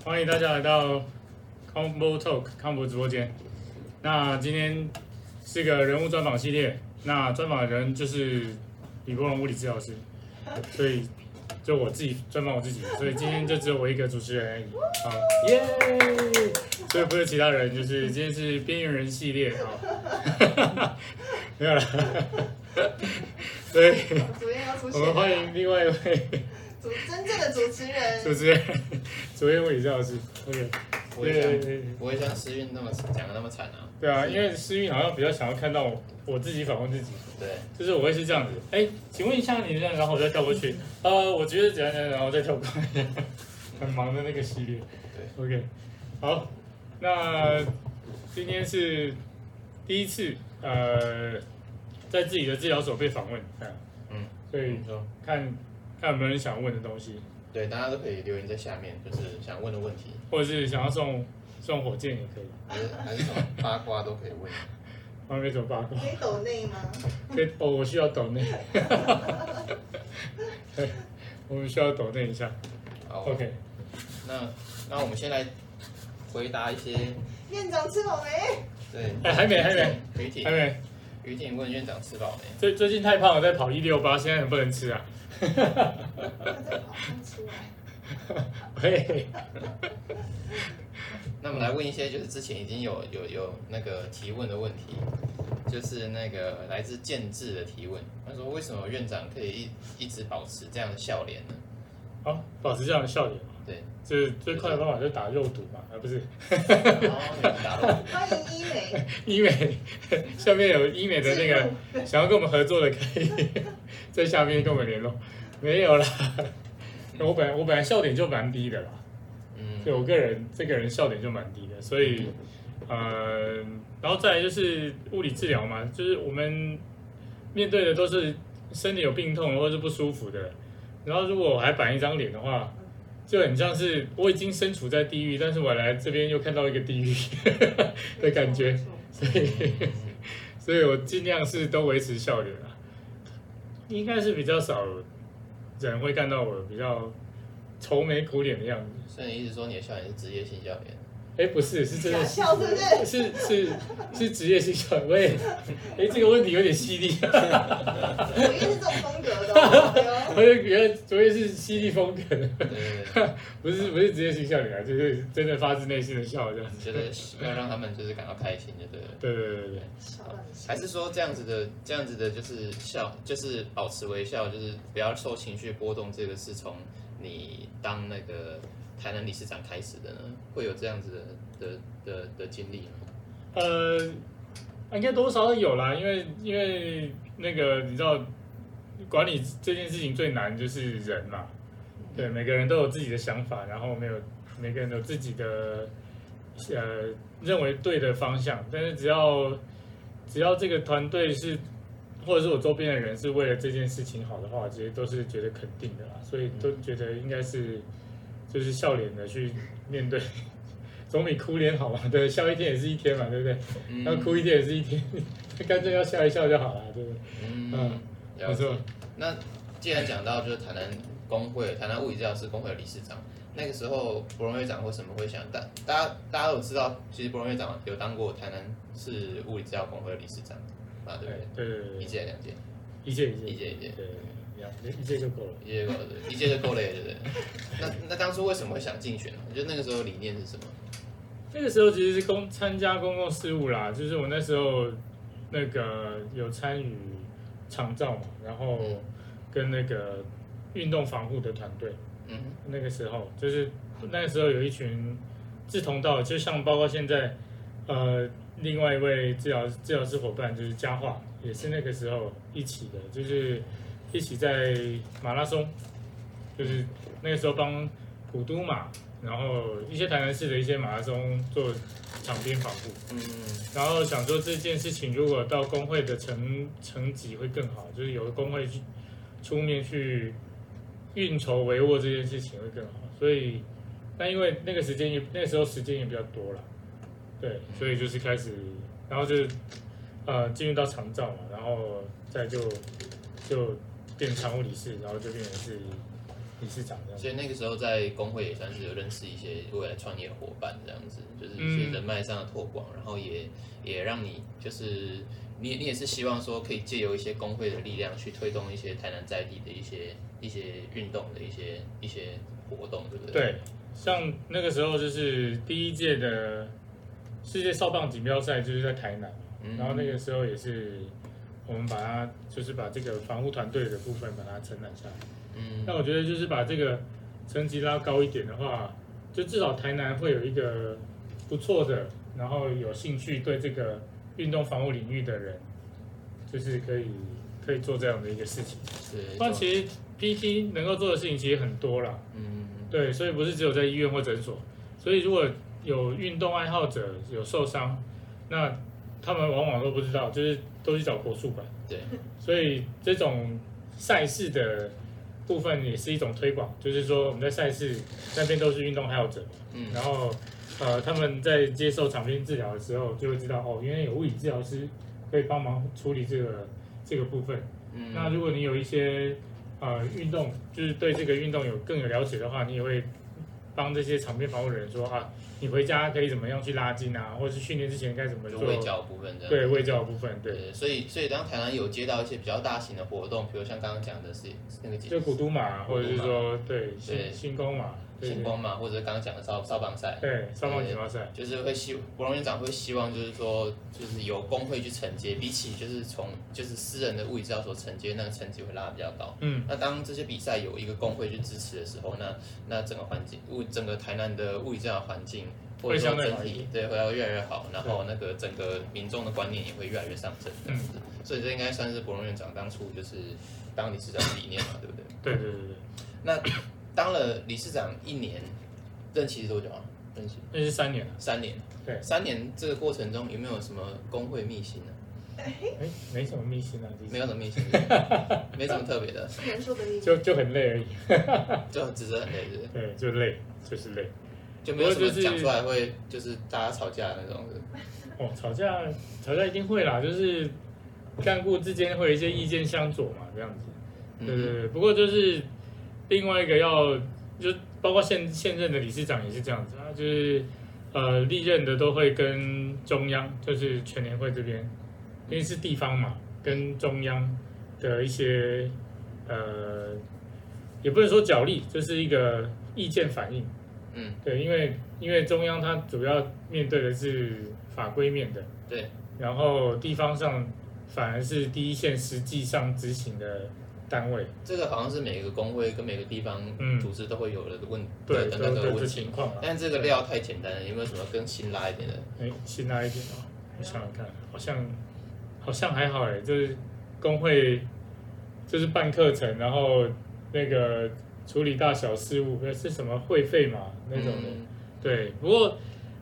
欢迎大家来到 Combo Talk 康博直播间。那今天是个人物专访系列，那专访的人就是李柏荣物理治疗师，所以就我自己专访我自己，所以今天就只有我一个主持人而已。好，耶！所以不是其他人，就是今天是边缘人系列啊，没有了。所以我们欢迎另外一位真正的主持人， 主任物理治疗师。OK。 不会像诗韵那么讲的那么惨啊。 对啊，因为诗韵好像比较想要看到我自己访问自己。 对， 就是我会是这样子。哎，请问一下你这样，然后我再跳过去。我觉得怎样怎样，然后再跳过去。很忙的那个系列。 对 ，OK， 好，那今天是第一次在自己的治疗所被访问，所以看有没有人想问的东西。 对，大家都可以留言在下面，就是想问的问题， 或者是想要送火箭也可以， 还是什么八卦都可以问。 旁边什么八卦？ 可以抖内吗？ 可以哦，我需要抖内。对，我们需要抖内一下。 好 ，OK。 那我们先来回答一些。 院长吃饱没？ 对。 哎，还没。 于婷。 还没。 于婷问院长吃饱没？ 最近太胖了，在跑168，现在很不能吃啊。 他在跑出来。 喂。 那我们来问一些就是之前已经有那个提问的问题，就是那个来自建制的提问，他说为什么院长可以一直保持这样的笑脸呢？ 好，保持这样的笑脸。 对， 就是最快的方法就是打肉毒嘛，不是？ 打肉毒。 欢迎医美。 医美下面有医美的那个想要跟我们合作的，可以在下面跟我们联络。没有啦，我本来笑点就蛮低的啦。所以我这个人笑点就蛮低的，所以然后再来就是物理治疗嘛，就是我们面对的都是身体有病痛或者是不舒服的，然后如果我还板一张脸的话，就很像是我已经身处在地狱，但是我来这边又看到一个地狱的感觉，所以我尽量是都维持笑脸啦，应该是比较少人会看到我比较愁眉苦脸的样子。 所以你一直说你的笑脸是职业性笑脸？ 哎，不是，是真的， 笑是不是？是职业性笑脸。喂，哎，这个问题有点犀利。 我也是这种风格的。 我原来昨天是犀利风格的。 对。 不是职业性笑脸啊，就是真的发自内心的笑这样子。 觉得要让他们就是感到开心，就对了。 对。 还是说这样子的，就是笑，就是保持微笑，就是不要受情绪波动，这个是从你当那个台南理事长开始的呢？会有这样子的经历吗？ 应该多少都有啦，因为那个你知道，管理这件事情最难就是人嘛。对，每个人都有自己的想法，然后每个人有自己的认为对的方向，但是只要这个团队是，或者是我周边的人是为了这件事情好的话，其实都是觉得肯定的啦，所以都觉得应该是就是笑脸的去面对，总比哭脸好嘛。对，笑一天也是一天嘛，对不对？要哭一天也是一天，干脆要笑一笑就好了，对不对？没错。 那既然讲到就是台南物理治疗师工会的理事长，那个时候柏荣院长为什么会想当？大家都知道，其实柏荣院长有当过台南市物理治疗工会的理事长啊，对不对？ 对。 一届两届？ 一届。 对， 一届就够了。 一届就够了，对不对？那当初为什么会想竞选呢？我觉得那个时候理念是什么？ 那个时候其实是参加公共事务啦，就是我那时候那个有参与长照嘛，然后跟那个运动防护的团队，那个时候有一群志同道合，就像包括现在另外一位治疗师伙伴就是嘉化，也是那个时候一起的，就是一起在马拉松，就是那个时候帮普都马，然后一些台南市的一些马拉松做场边防护，然后想说这件事情如果到工会的层级会更好，就是有个工会去出面去运筹帷幄这件事情会更好，所以那因为那个时候时间也比较多了，对，所以就是开始，然后就进入到长照嘛，然后再就变常务理事，然后就变成是理事长这样。 所以那个时候在工会也算是有认识一些未来创业伙伴这样子，就是一些人脉上的拓广，然后也让你就是你也是希望说可以借由一些工会的力量去推动一些台南在地的一些运动的一些活动，对不对？ 对，像那个时候就是第一届的世界少棒锦标赛就是在台南，然后那个时候也是我们把这个防护团队的部分把它承揽下来。那我觉得就是把这个层级拉高一点的话，就至少台南会有一个不错的，然后有兴趣对这个运动防护领域的人，就是可以做这样的一个事情。 是。 不然其实 PT 能够做的事情其实很多啦。对，所以不是只有在医院或诊所。所以如果有运动爱好者有受伤，那他们往往都不知道，就是都去找国术馆。 对。所以这种赛事的部分也是一种推广，就是说我们在赛事那边都是运动爱好者，然后他们在接受场边治疗的时候就会知道哦，原来有物理治疗师可以帮忙处理这个部分。那如果你有一些运动，就是对这个运动更有了解的话，你也会帮这些场边防护的人说啊，你回家可以怎么样去拉筋啊，或者是训练之前该怎么做。 卫教部分这样。 对，卫教部分，对。 所以当台南有接到一些比较大型的活动，比如像刚刚讲的是那个就古都马，或者是说对新宫马。 星光嘛，或者刚刚讲的少棒赛， 对，少棒锦标赛， 就是国荣院长会希望，就是说，就是由工会去承接，比起就是私人的物理治疗所承接，那个成绩会拉得比较高。那当这些比赛有一个工会去支持的时候，那整个环境，整个台南的物理治疗环境，或者说整体对会要越来越好，然后那个整个民众的观念也会越来越上升。所以这应该算是国荣院长当初就是当理事长的理念嘛，对不对？ 对。 那当了理事长1年，任期是多久啊？ 那是3年。 3年。对，3年这个过程中有没有什么工会秘辛呢？ 没什么秘辛啊， 没有什么秘辛，没什么特别的。 人说的秘辛就很累而已。 就只是很累， 对，就累，就是累。 就没有什么讲出来会就是大家吵架的那种。 哦，吵架一定会啦，就是干部之间会有一些意见相左嘛，这样子。对。不过就是另外一个就包括现任的理事长也是这样子啊，就是历任的都会跟中央，就是全联会这边，因为是地方嘛，跟中央的一些也不能说角力，就是一个意见反应。对，因为中央它主要面对的是法规面的， 对，然后地方上反而是第一线实际上执行的单位。 这个好像是每个工会跟每个地方组织都会有的对那个问题情况。 但这个料太简单了，有没有什么更辛辣一点的？ 辛辣一点哦，我想想看，好像还好哎，就是工会就是办课程，然后那个处理大小事务，是什么会费嘛那种的。对，不过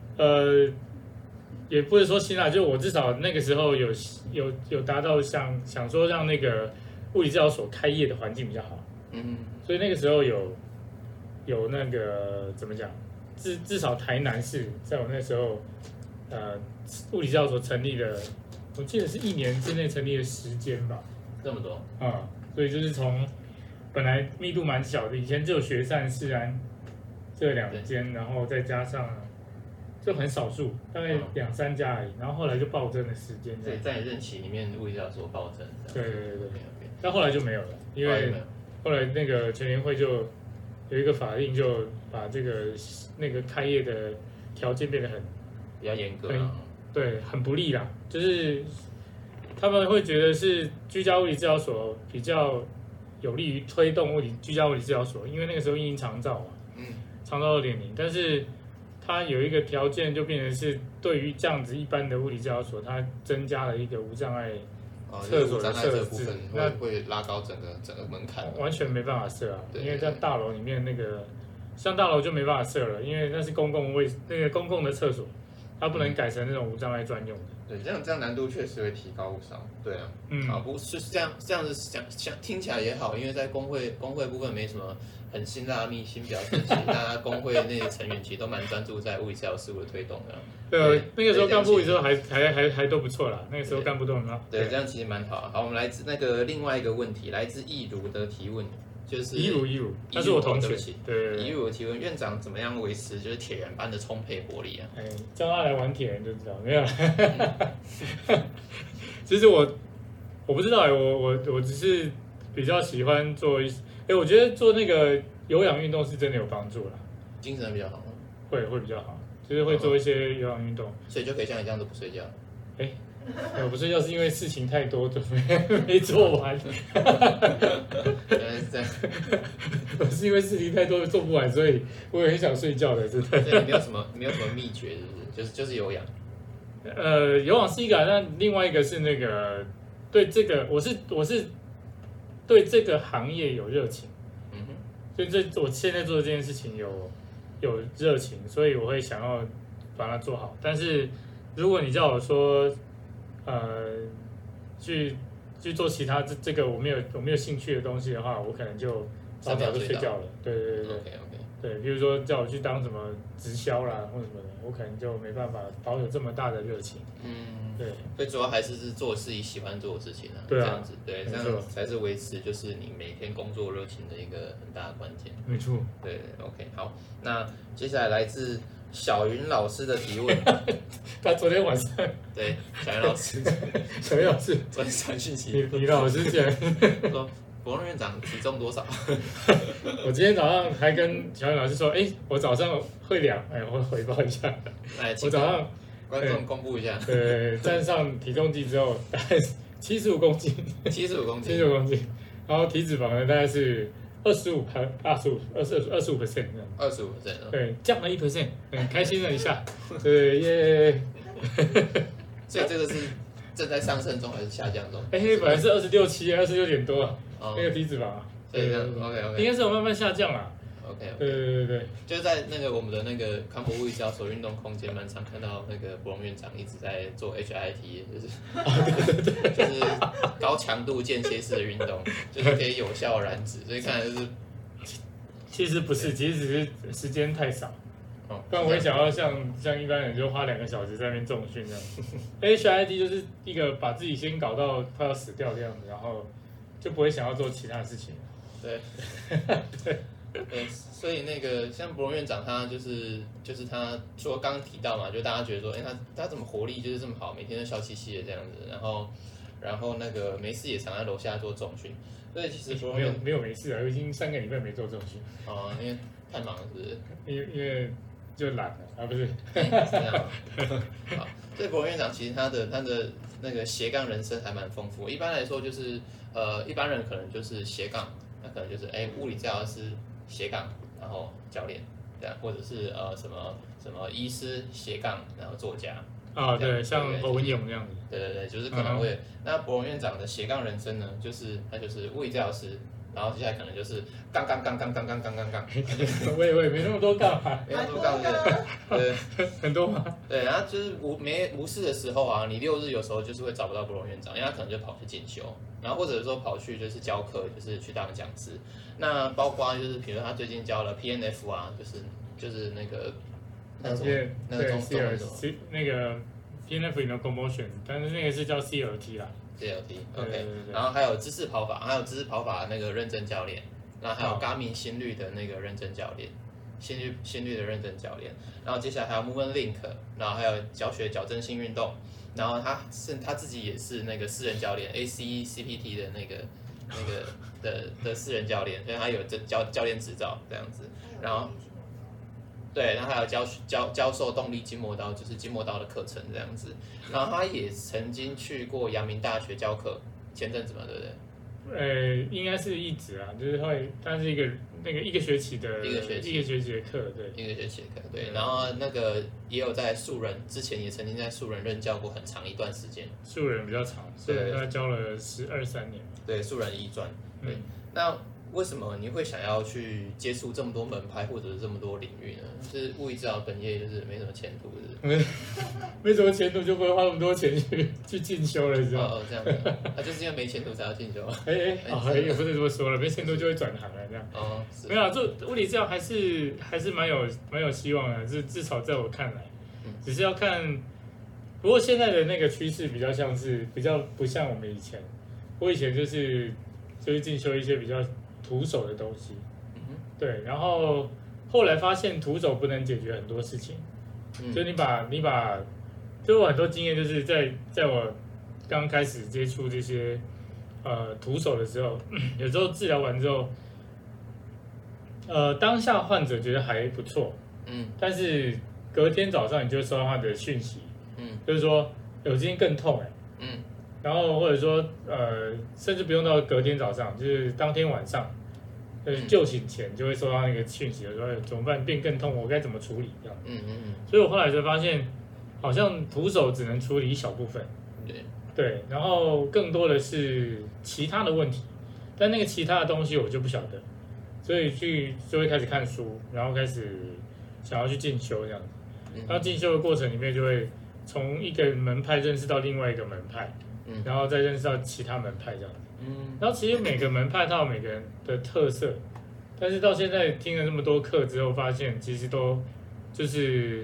也不是说辛辣，就我至少那个时候有达到想说让那个物理治疗所开业的环境比较好。所以那个时候有那个怎么讲，至少台南市在我那时候物理治疗所成立的，我记得是1年之内成立的时间吧。 这么多所以就是从本来密度蛮小的，以前只有学善、世安这2间，然后再加上就很少数，大概2-3家而已，然后后来就暴增的时间。 对，在任期里面物理治疗所暴增。 对，但后来就没有了，因为后来那个全联会就有一个法令，就把那个开业的条件变得比较严格， 对，很不利啦。就是他们会觉得是居家物理治疗所比较有利于推动居家物理治疗所，因为那个时候因长照嘛，长照2.0，但是它有一个条件，就变成是对于这样子一般的物理治疗所，它增加了一个无障碍厕所的设置， 那会拉高整个门槛， 完全没办法设啊，因为在大楼里面像大楼就没办法设了，因为那是公共的厕所，它不能改成那种无障碍专用的。 对，这样难度确实会提高不少。对啊，不是这样子想听起来也好，因为在工会部分没什么很辛辣的秘辛表现，其实大家工会那些成员其实都蛮专注在物理治疗事务的推动的。 对，那个时候干部的时候还都不错啦，那个时候干部都很好。 对，这样其实蛮好。好，我们来自那个另外一个问题，来自易如的提问， 就是一如，他是我同学，对， 以如提问，院长怎么样维持就是铁人般的充沛活力啊？ 哎，叫他来玩铁人就知道，没有啦。其实我不知道哎，我只是比较喜欢做我觉得做那个有氧运动是真的有帮助啦， 精神比较好吗？ 会比较好，就是会做一些有氧运动， 所以就可以像你这样子不睡觉。 哎。我不睡觉是因为事情太多，就没做完。 原来是这样。 我是因为事情太多做不完，所以我也很想睡觉的，真的。 所以没有什么秘诀，是不是？就是有氧。 有氧是一个，但另外一个是那个对这个，我是对这个行业有热情， 嗯哼。 所以我现在做的这件事情有热情，所以我会想要把它做好。但是如果你叫我说，去做其他这个我没有兴趣的东西的话，我可能就早就睡觉了。对。 OK。 对，比如说叫我去当什么直销啦或什么的，我可能就没办法保有这么大的热情。对。所以主要还是做自己喜欢做的事情啊。 对啊。 这样子，对，这样才是维持就是你每天工作热情的一个很大的关键。 没错。 对 ，OK， 好，那接下来来自小云老师的提问。 他昨天晚上。 对，小云老师。 小云老师。 昨天传讯息。 你老师讲说。博龙院长体重多少？ 我今天早上还跟小雨老师说，我早上会量，我回报一下。我早上观众公布一下。 对，站上体重机之后，大概75公斤。 75公斤。 75公斤，然后体脂肪呢大概是25%这样。 25%。 对，降了1%，很开心了一下。对耶。 所以这个是正在上升中还是下降中？ 本来是26.7，26点多啊。那个体脂肪啊， 对，OK， 应该是有慢慢下降啦。 OK， 对， 就是在那个我们的那个康博物理教所运动空间，蛮常看到那个博龙院长一直在做 HIIT， 就是高强度间歇式的运动，就是可以有效燃脂，所以看来就是， 其实不是，其实只是时间太少。不然我也想要像一般人就花2个小时在那边重训这样。HIIT 就是一个把自己先搞到快要死掉这样子，然后就不会想要做其他事情。 对。所以那个像博龙院长他就是他说刚刚提到嘛，就大家觉得说，他怎么活力就是这么好，每天都笑嘻嘻的这样子，然后那个没事也常在楼下做重训，所以其实博龙院没有没事啊，我已经3个礼拜没做重训。 因为太忙了，是不是？ 因为就懒了啊，不是？ 是这样。好，所以博龙院长其实他的那个斜杠人生还蛮丰富。一般来说就是一般人可能就是斜杠，那可能就是物理治疗师斜杠，然后教练，这样，或者是什么医师斜杠，然后作家。 对，像侯文勇那样子。 对，就是可能会。那博龙院长的斜杠人生呢，他就是物理治疗师。然后接下来可能就是杠。 我也没那么多杠啊， 没那么多杠的，对， 很多吗？ 对，然后就是无事的时候啊，你6日有时候就是会找不到博龙院长，因为他可能就跑去进修，然后或者说跑去就是教课，就是去当讲师。那包括就是比如他最近教了 PNF 啊，就是那个中文那个 PNF 有 commotion， 但是那个是叫 CLT 啦。 CLT，OK， 然后还有姿势跑法那个认证教练，然后还有Garmin心率的那个认证教练，心率的认证教练，然后接下来还有 Movement Link， 然后还有教学矫正性运动，然后他自己也是那个私人教练 ACPT 的那个的私人教练，所以他有教练执照这样子，然后。对，然后还有教授动力筋膜刀，就是筋膜刀的课程这样子。然后他也曾经去过阳明大学教课，前阵子嘛，对不对？ 应该是一直啊，就是它是一个学期的课，对， 一个学期的课，对。然后那个也有在树人之前也曾经在树人任教过很长一段时间。 树人比较长，树人他教了12-13年。 对，树人医专。对，那。为什么你会想要去接触这么多门派或者是这么多领域呢？就是物理治疗本业就是没什么前途， 没什么前途就不会花那么多钱去进修了，是吧？ 这样子，就是因为没前途才要进修。 也不是这么说了，没前途就会转行了，这样。没有做物理治疗还是蛮有希望的，至少在我看来，只是要看。不过现在的那个趋势比较不像我们以前，我以前就是进修一些比较徒手的东西。 嗯哼， 对，然后后来发现徒手不能解决很多事情，就你把，就我很多经验就是在我刚开始接触这些徒手的时候，有时候治疗完之后，当下患者觉得还不错，但是隔天早上你就会收到他的讯息，就是说我今天更痛然后或者说甚至不用到隔天早上，就是当天晚上。就寝前就会收到那个讯息，说怎么办，变更痛，我该怎么处理这样。所以我后来才发现，好像徒手只能处理一小部分，对，然后更多的是其他的问题，但那个其他的东西我就不晓得，所以就会开始看书，然后开始想要去进修这样子。然后进修的过程里面就会从一个门派认识到另外一个门派，然后再认识到其他门派这样子。然后其实每个门派它有每个人的特色，但是到现在听了那么多课之后，发现其实都就是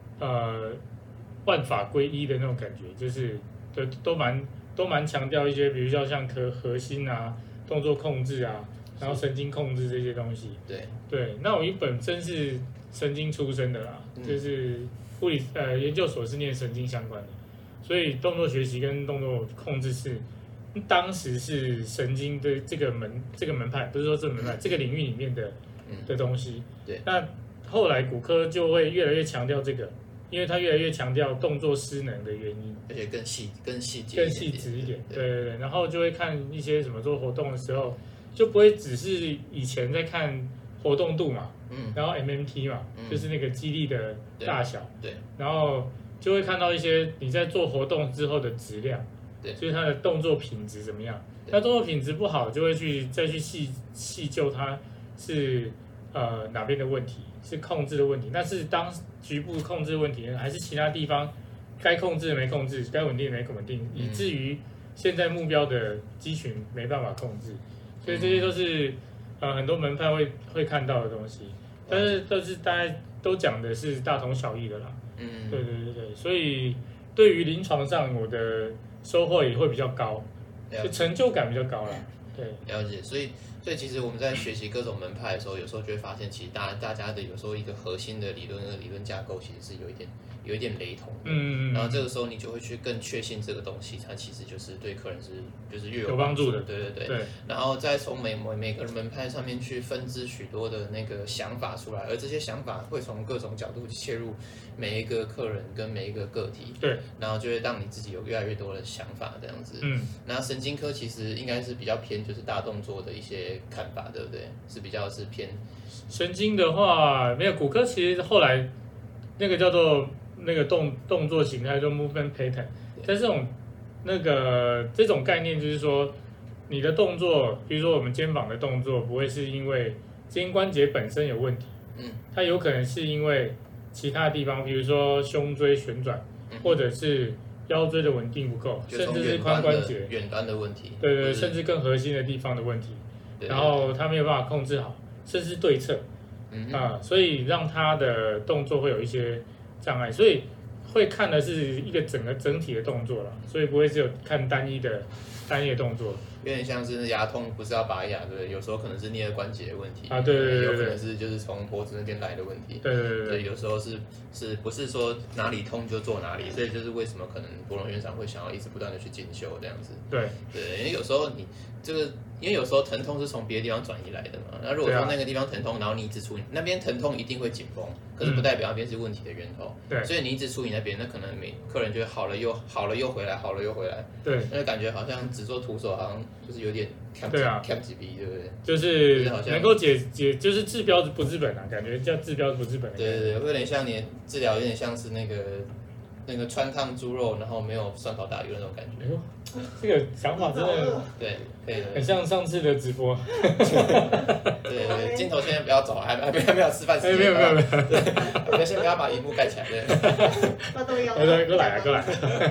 万法归一的那种感觉，就是都蛮强调一些，比如说像核心啊、动作控制啊，然后神经控制这些东西。对，那我本身是神经出身的啦，就是物理研究所是念神经相关的，所以动作学习跟动作控制是。当时是神经的这个门派，不是说这个门派，这个领域里面的东西。 对。 那后来骨科就会越来越强调这个，因为它越来越强调动作失能的原因， 而且更细致一点。 对。然后就会看一些什么做活动的时候，就不会只是以前在看活动度嘛，然后 MMT 嘛，就是那个肌力的大小， 对。 然后就会看到一些你在做活动之后的质量。就是它的动作品质怎么样？那动作品质不好，就会再去细究它是哪边的问题，是控制的问题，那是当局部控制问题，还是其他地方该控制的没控制，该稳定的没稳定，以至于现在目标的肌群没办法控制，所以这些都是很多门派会看到的东西，但是都是大家都讲的是大同小异的啦。对，所以对于临床上我的收获也会比较高，就成就感比较高啦。对， 了解。所以其实我们在学习各种门派的时候，有时候就会发现，其实大家的有时候一个核心的理论架构，其实是有一点雷同的。然后这个时候你就会去更确信这个东西，它其实就是对客人就是越有帮助的。 对。然后再从每个门派上面去分支许多的那个想法出来，而这些想法会从各种角度切入每一个客人跟每一个个体。 对。 然后就会让你自己有越来越多的想法这样子。那神经科其实应该是比较偏就是大动作的一些看法，对不对？是比较是偏神经的话，没有骨科，其实后来那个叫做那个动作形态，叫 movement pattern。但这种概念就是说，你的动作，比如说我们肩膀的动作，不会是因为肩关节本身有问题，它有可能是因为其他地方，比如说胸椎旋转，或者是腰椎的稳定不够，甚至是髋关节远端的问题， 对，甚至更核心的地方的问题，然后他没有办法控制好，甚至对侧，所以让他的动作会有一些障碍，所以会看的是一个整体的动作了，所以不会只有看单一的动作。 有点像是牙痛不是要拔牙，对不对？有时候可能是颞颌关节的问题对， 有可能是就是从脖子那边来的问题， 对， 有时候是不是说哪里痛就做哪里，所以就是为什么可能博龙院长会想要一直不断的去进修这样子。对，因为有时候你这个，因为有时候疼痛是从别的地方转移来的嘛。那如果说那个地方疼痛，然后你一直处理那边疼痛，一定会紧绷，可是不代表那边是问题的源头。对，所以你一直处理那边，那可能客人就会好了又回来，好了又回来。对，那就感觉好像只做徒手，好像就是有点看几笔，对不对？ 就是能够解，就是治标不治本啊，感觉叫治标不治本。 对，有点像你治疗，有点像是那个川烫猪肉，然后没有蒜头打鱼那种感觉。 这个想法真的对， 很像上次的直播。 对，镜头现在不要走，还没有吃饭时间。 没有。 对，先不要把荧幕盖起来。对。 过来。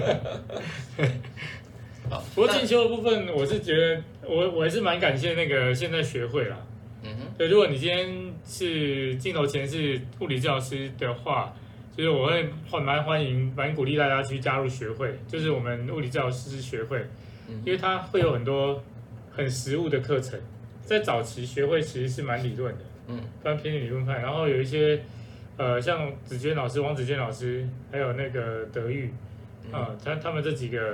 好，不过进修的部分，我是觉得我还是蛮感谢那个现在学会啦。对，如果你今天是镜头前是物理治疗师的话，就是我会蛮鼓励大家去加入学会，就是我们物理治疗师学会，因为它会有很多很实务的课程， 在早期学会其实是蛮理论的，蛮偏理论派。然后有一些像子娟老师、王子娟老师，还有那个德育他们这几个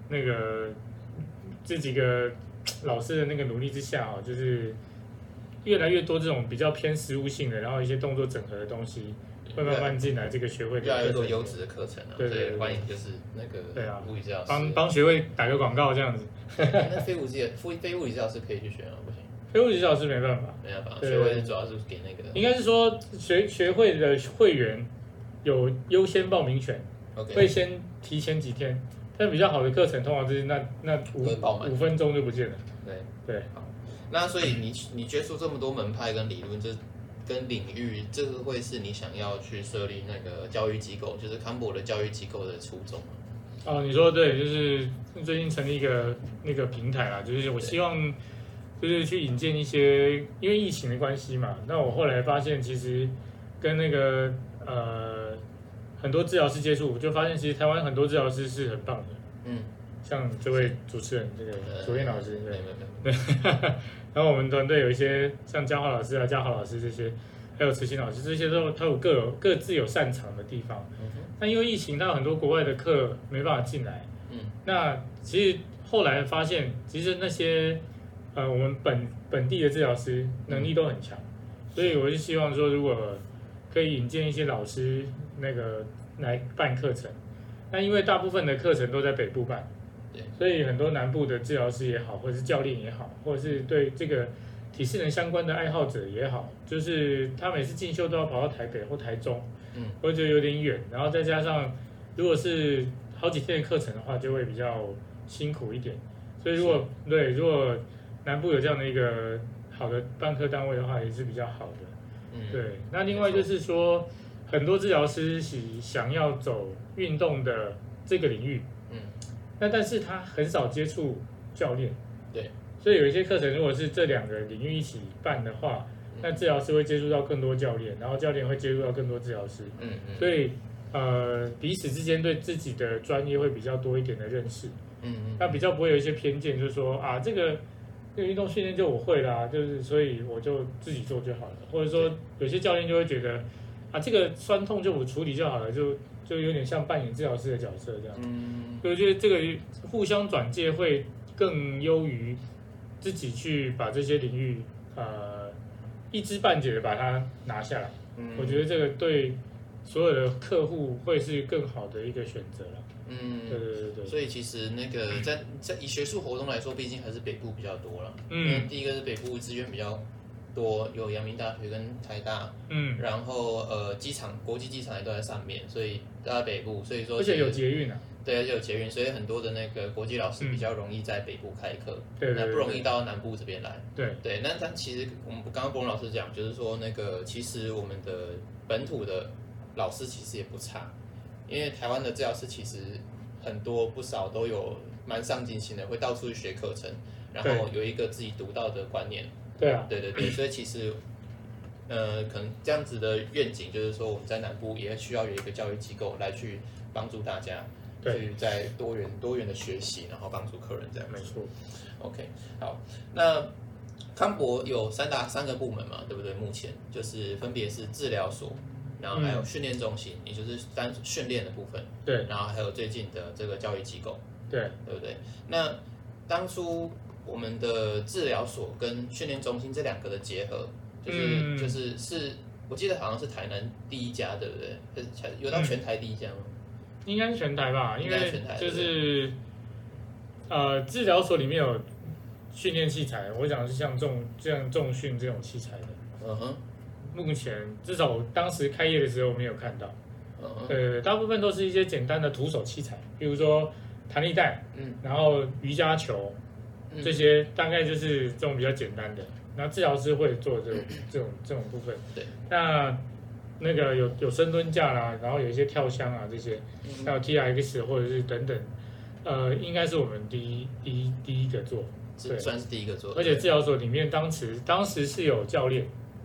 老师的那个努力之下就是越来越多这种比较偏实务性的，然后一些动作整合的东西。会慢慢进来这个学会的越来越多优质的课程啊， 对， 欢迎就是那个物理治疗师帮学会打个广告这样子。 那非物理治疗师可以去学吗？不行， 非物理治疗师没办法， 学会主要是给那个， 应该是说学会的会员有优先报名权，会先提前几天，但比较好的课程通常就是那5分钟就不见了。对， 好，那所以你接触这么多门派跟理论，跟领域，这个会是你想要去设立那个教育机构，就是康博的教育机构的初衷吗？ 你说对，就是最近成立一个那个平台啦，就是我希望就是去引荐一些，因为疫情的关系嘛，那我后来发现其实跟那个很多治疗师接触，我就发现其实台湾很多治疗师是很棒的，像这位主持人这个左燕老师，对。然后我们团队有一些像嘉华老师啊、嘉豪老师这些，还有慈心老师，这些他有各自有擅长的地方。但因为疫情，他有很多国外的课没办法进来。那其实后来发现，其实那些我们本地的治疗师能力都很强，所以我就希望说，如果可以引荐一些老师来办课程，那因为大部分的课程都在北部办。所以很多南部的治疗师也好，或者是教练也好，或者是对这个体适能相关的爱好者也好，就是他每次进修都要跑到台北或台中，我觉得有点远，然后再加上如果是好几天的课程的话，就会比较辛苦一点。所以如果南部有这样的一个好的办课单位的话，也是比较好的。对，那另外就是说，很多治疗师想要走运动的这个领域。但是他很少接触教练， 对， 所以有一些课程如果是这两个领域一起办的话，那治疗师会接触到更多教练，然后教练会接触到更多治疗师，所以彼此之间对自己的专业会比较多一点的认识，那比较不会有一些偏见，就是说这个运动训练就我会啦，就是所以我就自己做就好了，或者说有些教练就会觉得这个酸痛就我处理就好了，就有点像扮演治疗师的角色这样，所以我觉得这个互相转介会更优于自己去把这些领域一知半解的把它拿下来，我觉得这个对所有的客户会是更好的一个选择了。对。 所以其实那个在以学术活动来说，毕竟还是北部比较多了。第一个是北部资源比较多，有阳明大学跟台大，然后国际机场也都在上面，所以都在北部，所以说而且有捷运啊， 对，而且有捷运，所以很多的那个国际老师比较容易在北部开课，那不容易到南部这边来，对，那但其实我们刚刚博文老师讲，就是说那个其实我们的本土的老师其实也不差，因为台湾的治疗师其实很多不少都有蛮上进心的，会到处去学课程，然后有一个自己独到的观念。对，所以其实，可能这样子的愿景就是说，我们在南部也需要有一个教育机构来去帮助大家，去在多元的学习，然后帮助客人这样子。 没错。 OK， 好，那康博有三个部门嘛，对不对？目前就是分别是治疗所，然后还有训练中心，也就是训练的部分， 对， 然后还有最近的这个教育机构， 对不对？那当初我们的治疗所跟训练中心这两个的结合，就是我记得好像是台南第一家，对不对？有到全台第一家吗？ 应该是全台吧，因为就是治疗所里面有训练器材，我讲的是像重训这种器材的。目前至少我当时开业的时候没有看到。大部分都是一些简单的徒手器材，比如说弹力带，然后瑜伽球。这些大概就是这种比较简单的，然后治疗师会做这种部分。对，那个有深蹲架啦，然后有一些跳箱啊这些，还有 TRX 或者是等等，应该是我们第一个做， 算是第一个做。 而且治疗所里面当时是有教练，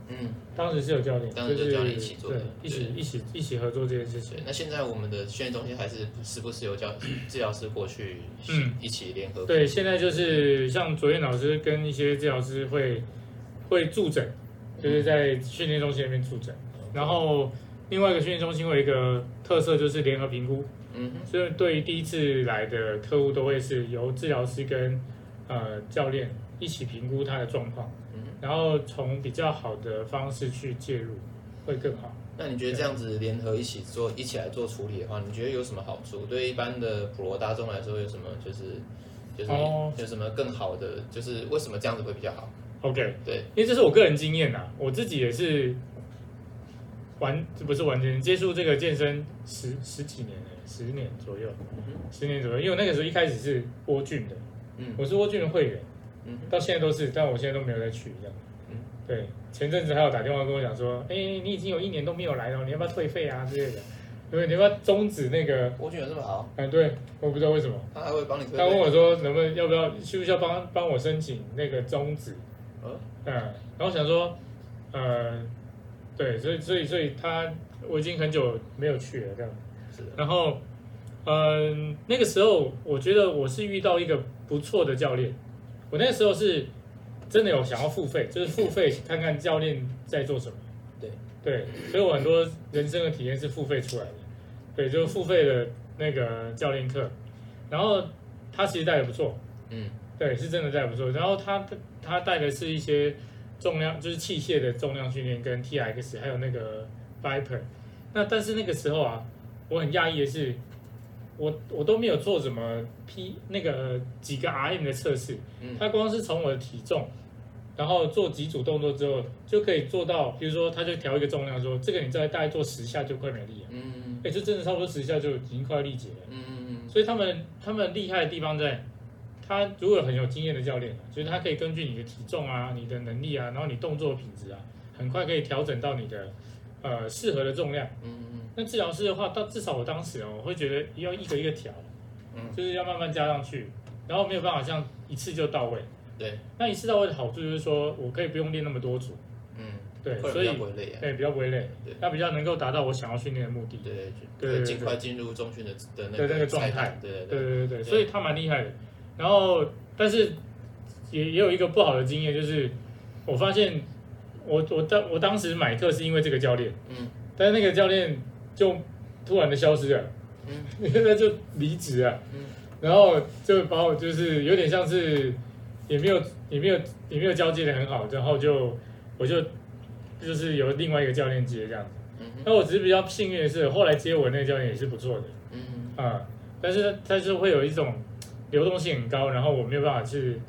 当时是有教练， 当时有教练一起做的， 对，一起合作这件事情。 对，那现在我们的训练中心还是时不时有治疗师过去，一起联合。 对，现在就是像卓燕老师跟一些治疗师会助诊，就是在训练中心那边助诊。然后另外一个训练中心会有一个特色就是联合评估，所以对于第一次来的客户都会是由治疗师跟教练一起评估他的状况，然后从比较好的方式去介入，会更好。 那你觉得这样子联合一起来做处理的话，你觉得有什么好处？对一般的普罗大众来说，有什么有什么更好的？就是为什么这样子会比较好 ？OK， 对， 因为这是我个人经验呐，我自己也是不是完全接触这个健身十几年了，10年左右，10年左右。因为我那个时候一开始是沃俊的，我是沃俊的会员，到现在都是，但我现在都没有再去这样。对，前阵子还有打电话跟我讲说，你已经有1年都没有来了，你要不要退费啊之类的？对，你要不要终止那个？ 沃俊有这么好？ 对，我不知道为什么。 他还会帮你退费？ 他问我说，需不需要帮我申请那个终止？然后想说，对，所以我已经很久没有去了这样。 是的。 然后，那个时候我觉得我是遇到一个不错的教练，我那个时候是真的有想要付费，就是付费看看教练在做什么。对，所以我很多人生的体验是付费出来的。对，就是付费的那个教练课，然后他其实带的不错，对，是真的带的不错。然后他带的是一些重量，就是器械的重量训练跟 TRX， 还有那个 Viper。但是那个时候啊，我很讶异的是，我都没有做什么那个几个 RM 的测试，他光是从我的体重，然后做几组动作之后，就可以做到，比如说他就调一个重量说，这个你大概做10下就快没力了，就真的差不多10下就已经快力竭了，所以他们厉害的地方在，他如果很有经验的教练，就是他可以根据你的体重啊、你的能力啊，然后你动作品质啊，很快可以调整到你的适合的重量。那治疗师的话，至少我当时我会觉得要一个一个调，就是要慢慢加上去，然后没有办法像一次就到位。 对， 那一次到位的好处就是说我可以不用练那么多组，对，所以比较不会累，那比较能够达到我想要训练的目的。 对，尽快进入重训的那个状态。 对， 所以他蛮厉害的。然后，但是也有一个不好的经验，就是我发现我当时买课是因为这个教练，但是那个教练就突然的消失了，他就离职了，然后就把我就是有点像是也没有交接的很好，然后我就是有另外一个教练接这样子。那我只是比较幸运的是，后来接我那个教练也是不错的，但是他就会有一种流动性很高，然后我没有办法去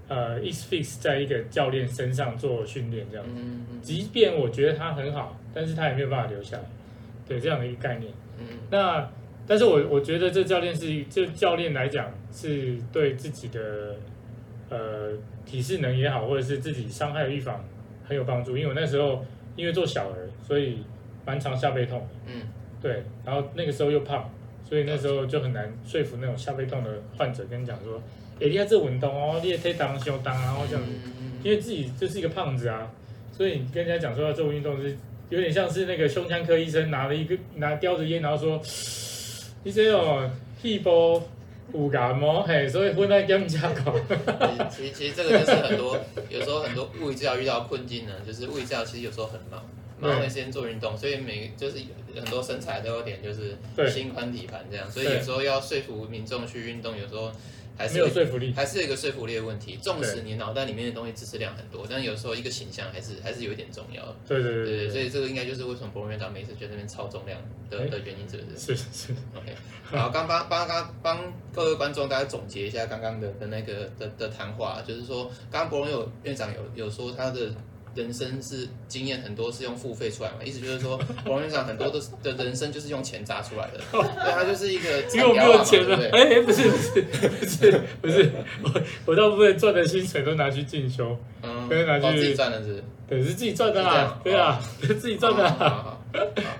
fix 在一个教练身上做训练这样子。即便我觉得他很好，但是他也没有办法留下来，对这样的一个概念。但是我觉得这教练来讲是对自己的体适能也好，或者是自己伤害的预防很有帮助。因为我那时候因为做小儿，所以蛮常下背痛的，对，然后那个时候又胖，所以那时候就很难说服那种下背痛的患者跟你讲说，你要这运动哦，你也可以当休当啊，然后这样子，因为自己就是一个胖子啊，所以你跟人家讲说要做运动是有点像是那个胸腔科医生拿叼着烟，然后说，你这种细胞有感冒，所以分来减加高。 其实这个就是有时候很多物理治疗遇到困境呢，就是物理治疗其实有时候很忙没时间做运动，所以就是很多身材都有点就是心宽体盘这样，所以有时候要说服民众去运动，有时候还是没有说服力， 还是有一个说服力的问题。纵使你脑袋里面的东西知识量很多，但有时候一个形象还是有一点重要的。 对， 所以这个应该就是为什么博文院长每次觉得那边超重量的原因，是不是？ 是。 OK， 好，帮各位观众大家总结一下刚刚的那个的谈话，就是说，刚刚博文院长有说他的人生是经验很多是用付费出来嘛，意思就是说，博文院长很多的人生就是用钱砸出来的，对，他就是一个因为我没有钱了，不是，我大部分赚的薪水都拿去进修，跟拿去自己赚的是， 对，是自己赚的啦，对啊，自己赚的啦。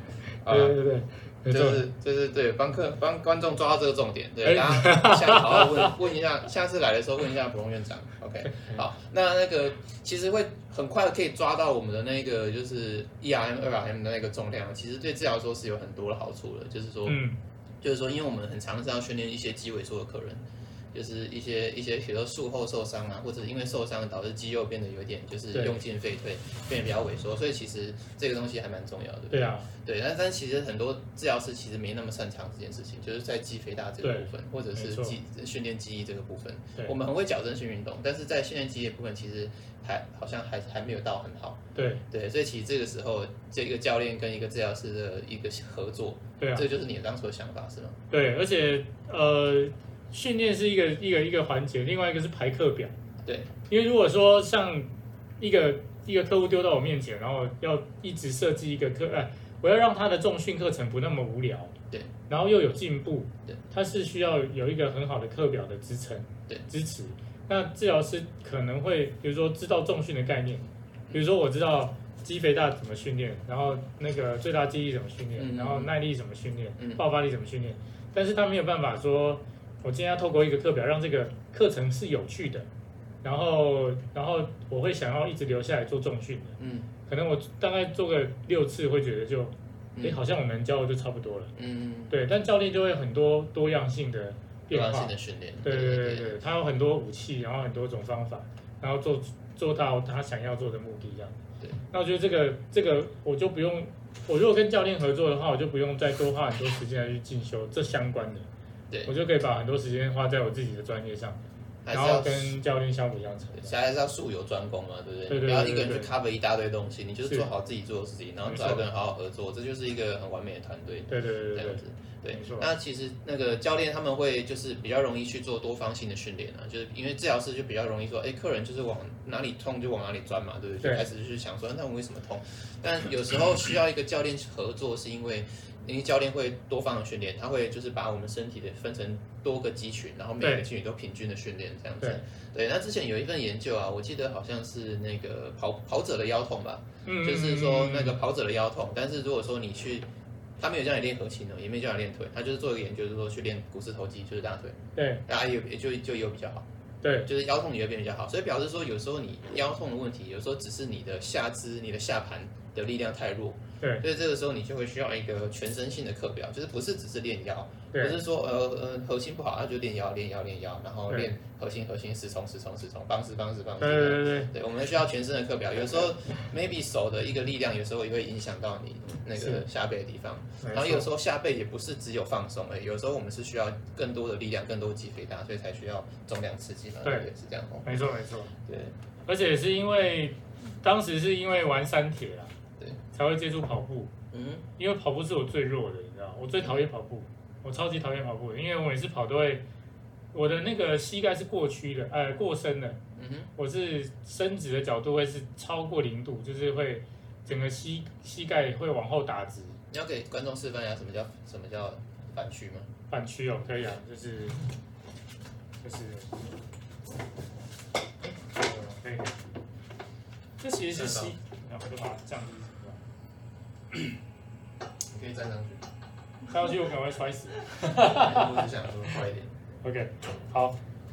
对，没错， 就是对，帮观众抓到这个重点，对，大家下次好好问一下，下次来的时候问一下普通院长 ，OK， 好，那个其实会很快可以抓到我们的那个就是 1RM、2RM 的那个重量，其实对治疗说是有很多的好处的，就是说，因为我们很常是要训练一些肌萎缩的客人。就是一些，比如说术后受伤啊，或者因为受伤导致肌肉变得有点就是用进废退，变得比较萎缩，所以其实这个东西还蛮重要的。 对啊， 对，但其实很多治疗师其实没那么擅长这件事情，就是在肌肥大这个部分，或者是训练肌力这个部分，我们很会矫正性运动，但是在训练肌力的部分其实好像还没有到很好。对，所以其实这个时候这个教练跟一个治疗师的一个合作，对啊，这就是你当初的想法是吗？ 对，而且训练是一个环节，另外一个是排课表。 对， 因为如果说像一个客户丢到我面前，然后要一直设计一个我要让他的重训课程不那么无聊， 对， 然后又有进步， 对， 他是需要有一个很好的课表的支撑， 对， 支持。那治疗师可能会比如说知道重训的概念，比如说我知道肌肥大怎么训练，然后那个最大肌力怎么训练，然后耐力怎么训练，爆发力怎么训练，但是他没有办法说。我今天要透过一个课表，让这个课程是有趣的，然后我会想要一直留下来做重训的。可能我大概做个6次，会觉得就，好像我能教的就差不多了。对，但教练就会很多多样性的变化， 多样性的训练。 对，他有很多武器，然后很多种方法，然后做到他想要做的目的这样。 对， 那我觉得这个我就不用，我如果跟教练合作的话，我就不用再多花很多时间来去进修这相关的。 对， 我就可以把很多时间花在我自己的专业上，然后跟教练相辅相成。 还是要术有专攻嘛，对不对？不要一个人去 cover 一大堆东西，你就是做好自己做的事情，然后找一个人好好合作，这就是一个很完美的团队。 对， 这样子。对，那其实那个教练他们会就是比较容易去做多方性的训练啊，就是因为治疗师就比较容易说，客人就是往哪里痛就往哪里钻嘛，对不对？就开始去想说，那我为什么痛？但有时候需要一个教练合作，是因为教练会多方的训练，他会就是把我们身体的分成多个肌群，然后每个肌群都平均的训练这样子。对，那之前有一份研究啊，我记得好像是那个跑者的腰痛吧，就是说那个跑者的腰痛，但是如果说你去。他没有叫你练核心的，也没有叫你练腿，他就是做一个研究，就是说去练股四头肌，就是大腿。 对， 啊就有比较好。 对， 就是腰痛也会变比较好，所以表示说有时候你腰痛的问题，有时候只是你的下肢、你的下盘的力量太弱。 对， 所以这个时候你就会需要一个全身性的课表，就是不是只是练腰，不是说核心不好他就练腰，然后练核心10冲，棒式。对，我们需要全身的课表。有时候 maybe 手的一个力量，有时候也会影响到你那个下背的地方。然后有时候下背也不是只有放松而已，有时候我们是需要更多的力量，更多肌肥大，所以才需要重量刺激嘛。对，是这样哦。 没错。 对， 而且是因为当时是因为玩三铁啦。 对， 才会接触跑步。因为跑步是我最弱的，你知道，我最讨厌跑步，我超级讨厌跑步的，因为我每次跑都会，我的那个膝盖是过深的，我是伸直的角度会是超过0度，就是会整个膝盖会往后打直。 你要给观众示范一下什么叫反屈吗？ 反屈哦，可以啊，就是，可以，这其实是膝，然后就把它降低。 你可以站上去， 站上去我可能会摔死。 我只想说快一点。 OK， 好。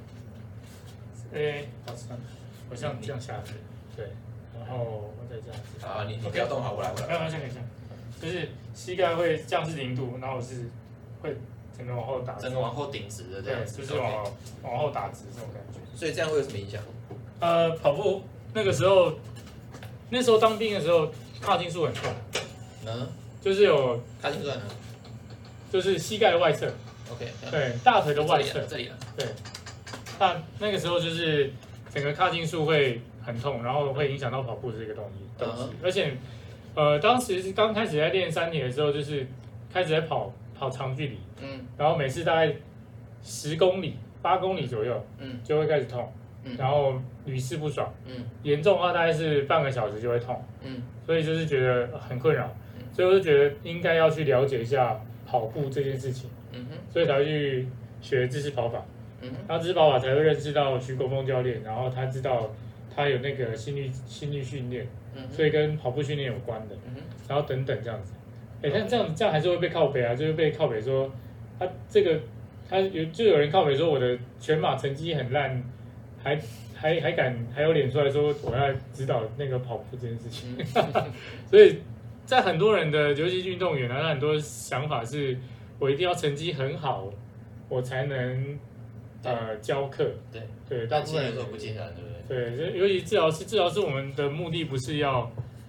我像这样下去，对，然后我再这样子。 好，你不要动好，我来。 没有，等一下，就是膝盖会降至0度，然后我是会整个往后打， 整个往后顶直的这样子， 就是往后打直这种感觉。 所以这样会有什么影响？ 跑步那时候当兵的时候，髂胫束很痛。就是有髂胫束在哪？ 就是膝盖的外侧。 OK。 对，大腿的外侧。 这里了。对。 那个时候就是整个髂胫束会很痛，然后会影响到跑步这个东西。而且，当时是刚开始在练3铁的时候，就是开始在跑长距离。然后每次大概10公里、8公里左右，就会开始痛。然后屡试不爽。严重的话大概是半个小时就会痛。所以就是觉得很困扰。所以我就觉得应该要去了解一下跑步这件事情，所以才会去学自式跑法，然后自式跑法才会认识到徐国峰教练，然后他知道他有那个心率训练，所以跟跑步训练有关的，然后等等这样子， 但这样还是会被靠北啊，就是被靠北说他这个有人靠北说我的全马成绩很烂，还有脸出来说我要指导那个跑步这件事情，所以在很多人的尤其是运动员啊，他很多想法是我一定要成绩很好，我才能教课。对， 但其实有时候不尽然，对不对？ 对，尤其治疗师我们的目的不是要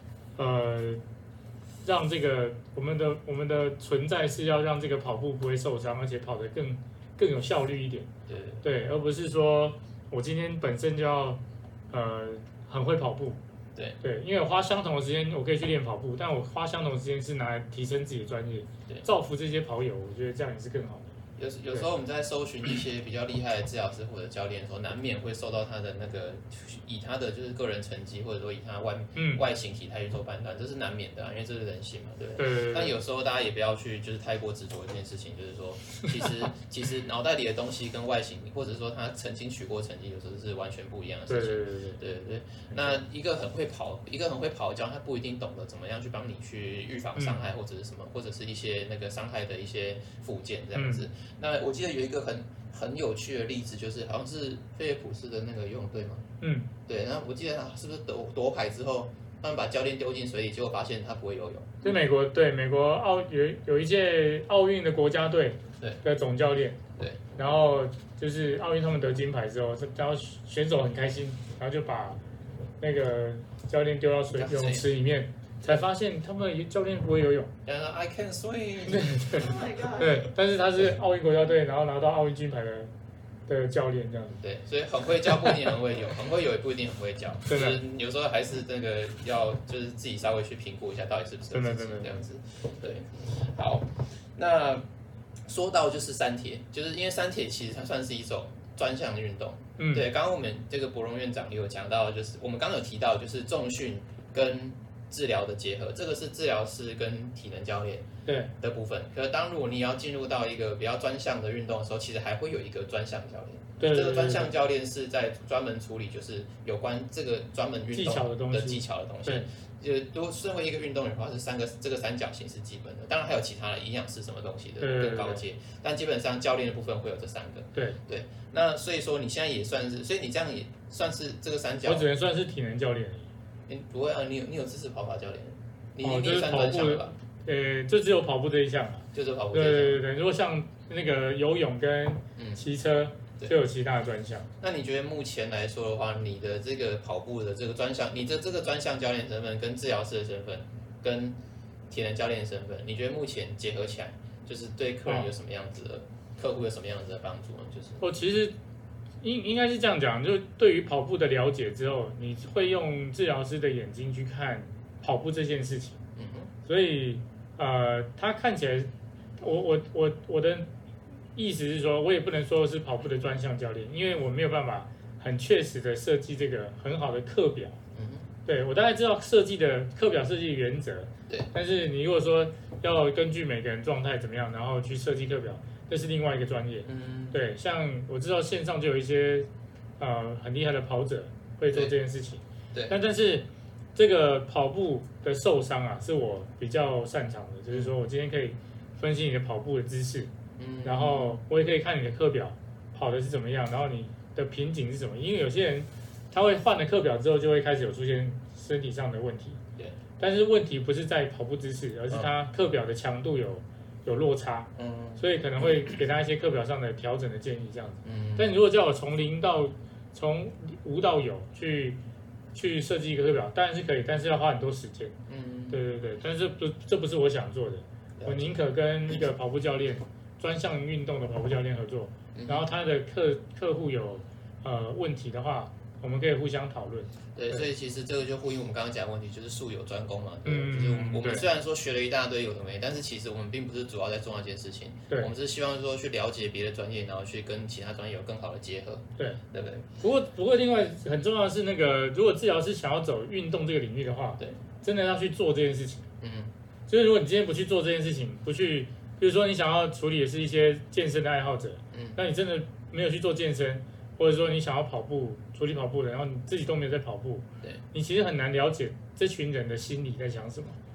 让这个我们的存在是要让这个跑步不会受伤，而且跑得更有效率一点。对，而不是说我今天本身就要很会跑步。对，因为我花相同的时间我可以去练跑步，但我花相同的时间是拿来提升自己的专业，造福这些跑友，我觉得这样也是更好的。 有时候我们在搜寻一些比较厉害的治疗师或者教练的时候，难免会受到他的那个以他的就是个人成绩，或者说以他外形体态去做判断，这是难免的啊，因为这是人性嘛，对不对？ 对。 但有时候大家也不要去就是太过执着这件事情，就是说其实脑袋里的东西跟外形，或者说他曾经取过成绩，有时候是完全不一样的事情。对。那一个很会跑的教，他不一定懂得怎么样去帮你去预防伤害或者是什么，或者是一些那个伤害的一些附件这样子。那我记得有一个很有趣的例子，就是好像是菲利普斯的那个游泳队嘛，对，然后我记得他是不是夺牌之后，他们把教练丢进水里，结果发现他不会游泳。 是美国有一届奥运的国家队的总教练，然后就是奥运他们得金牌之后，然后选手很开心，然后就把那个教练丢到游泳池里面。才发现他们教练不会游泳。 I can swim。 对，但是他是奥运国家队，然后拿到奥运金牌的教练这样。 对，所以很会教不一定很会游，很会游也不一定很会教。就是有时候还是那个要就是自己稍微去评估一下到底是不是真的这样子。对，好，那说到就是三铁，就是因为三铁其实它算是一种专项运动。对，刚刚我们这个博荣院长也有讲到，就是我们刚刚有提到就是重训跟治疗的结合，这个是治疗师跟体能教练的部分。可是如果你要进入到一个比较专项的运动的时候，其实还会有一个专项教练。这个专项教练是在专门处理就是有关这个专门运动的技巧的东西。就身为一个运动员的话，这个三角形是基本的，当然还有其他的营养是什么东西的更高阶，但基本上教练的部分会有这三个。对。那所以说你现在也算是，所以你这样也算是这个三角。 我只能算是体能教练。 不会啊，你有支持跑法教练，你也算就是跑步吧？ 就只有跑步这一项嘛。 就是跑步这一项。 对，如果像那个游泳跟骑车，就有其他的专项。 那你觉得目前来说的话，你的这个跑步的这个专项，你的这个专项教练身份、跟治疗师的身份、跟体能教练的身份，你觉得目前结合起来，就是对客人有什么样子的、客户有什么样子的帮助呢？ 其实。应该是这样讲，就对于跑步的了解之后，你会用治疗师的眼睛去看跑步这件事情。所以他看起来，我的意思是说，我也不能说是跑步的专项教练，因为我没有办法很确实的设计这个很好的课表。对，我大概知道设计的课表设计的原则。但是你如果说要根据每个人状态怎么样，然后去设计课表。这是另外一个专业，对，像我知道线上就有一些很厉害的跑者会做这件事情，但是这个跑步的受伤啊，是我比较擅长的，就是说我今天可以分析你的跑步的姿势，然后我也可以看你的课表跑的是怎么样，然后你的瓶颈是什么，因为有些人他会换了课表之后就会开始有出现身体上的问题，但是问题不是在跑步姿势，而是他课表的强度有落差，所以可能会给他一些课表上的调整的建议这样子。但你如果叫我从无到有去设计一个课表，当然是可以，但是要花很多时间。对，但是这不是我想做的，我宁可跟一个跑步教练，专项运动的跑步教练合作，然后他的客户有问题的话，我们可以互相讨论。 对，所以其实这个就呼应我们刚刚讲的问题，就是术有专攻嘛。就是我们虽然说学了一大堆有的没，但是其实我们并不是主要在做那件事情。我们是希望说去了解别的专业，然后去跟其他专业有更好的结合。对不对？ 不过另外很重要的是那个，如果治疗师想要走运动这个领域的话，真的要去做这件事情。就是如果你今天不去做这件事情，不去，比如说你想要处理的是一些健身的爱好者，那你真的没有去做健身。或者说你想要跑步，处理跑步的，然后你自己都没有在跑步，你其实很难了解这群人的心理在想什么。